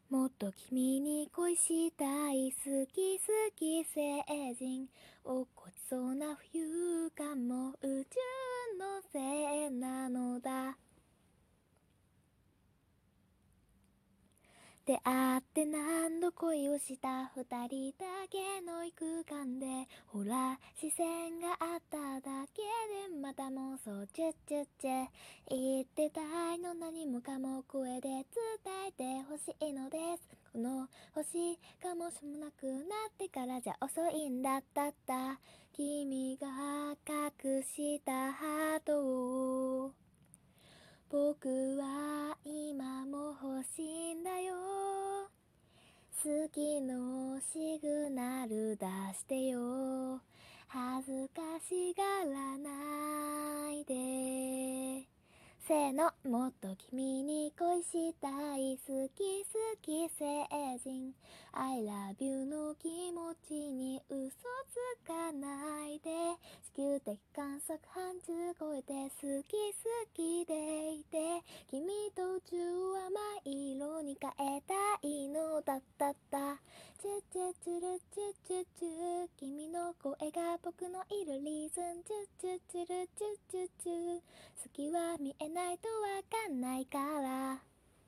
もっと君に恋したい、好き好き成人、落っこちそうな冬かも、宇宙のせいなのだ。出会って何度恋をした二人だけの空間で、ほら視線があっただけでまた妄想チュッチュッチュ、言ってたいの何もかも声で伝えてほしいのです。この星がもしもなくなってからじゃ遅いんだったった。君が隠したハートを僕は今も欲しいんだよ。好きのシグナル出してよ。恥ずかしがらないで。せーの、もっと君に恋したい、好き好き成人、 I love you の気持ちに嘘つかないで。地球的観測範疇超えて好き好きでいて、君と宇宙は真色に変えたいのだったった。チュチュチュルチュチュチュ、君の声が僕のいるリズム、チュチュチュルチュチュチュ、好きは見えないとわかんないから。